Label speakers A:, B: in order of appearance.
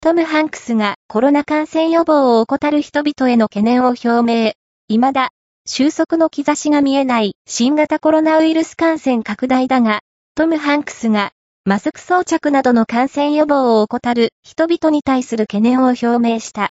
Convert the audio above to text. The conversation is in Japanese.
A: トム・ハンクスがコロナ感染予防を怠る人々への懸念を表明。未だ、収束の兆しが見えない新型コロナウイルス感染拡大だが、トム・ハンクスがマスク装着などの感染予防を怠る人々に対する懸念を表明した。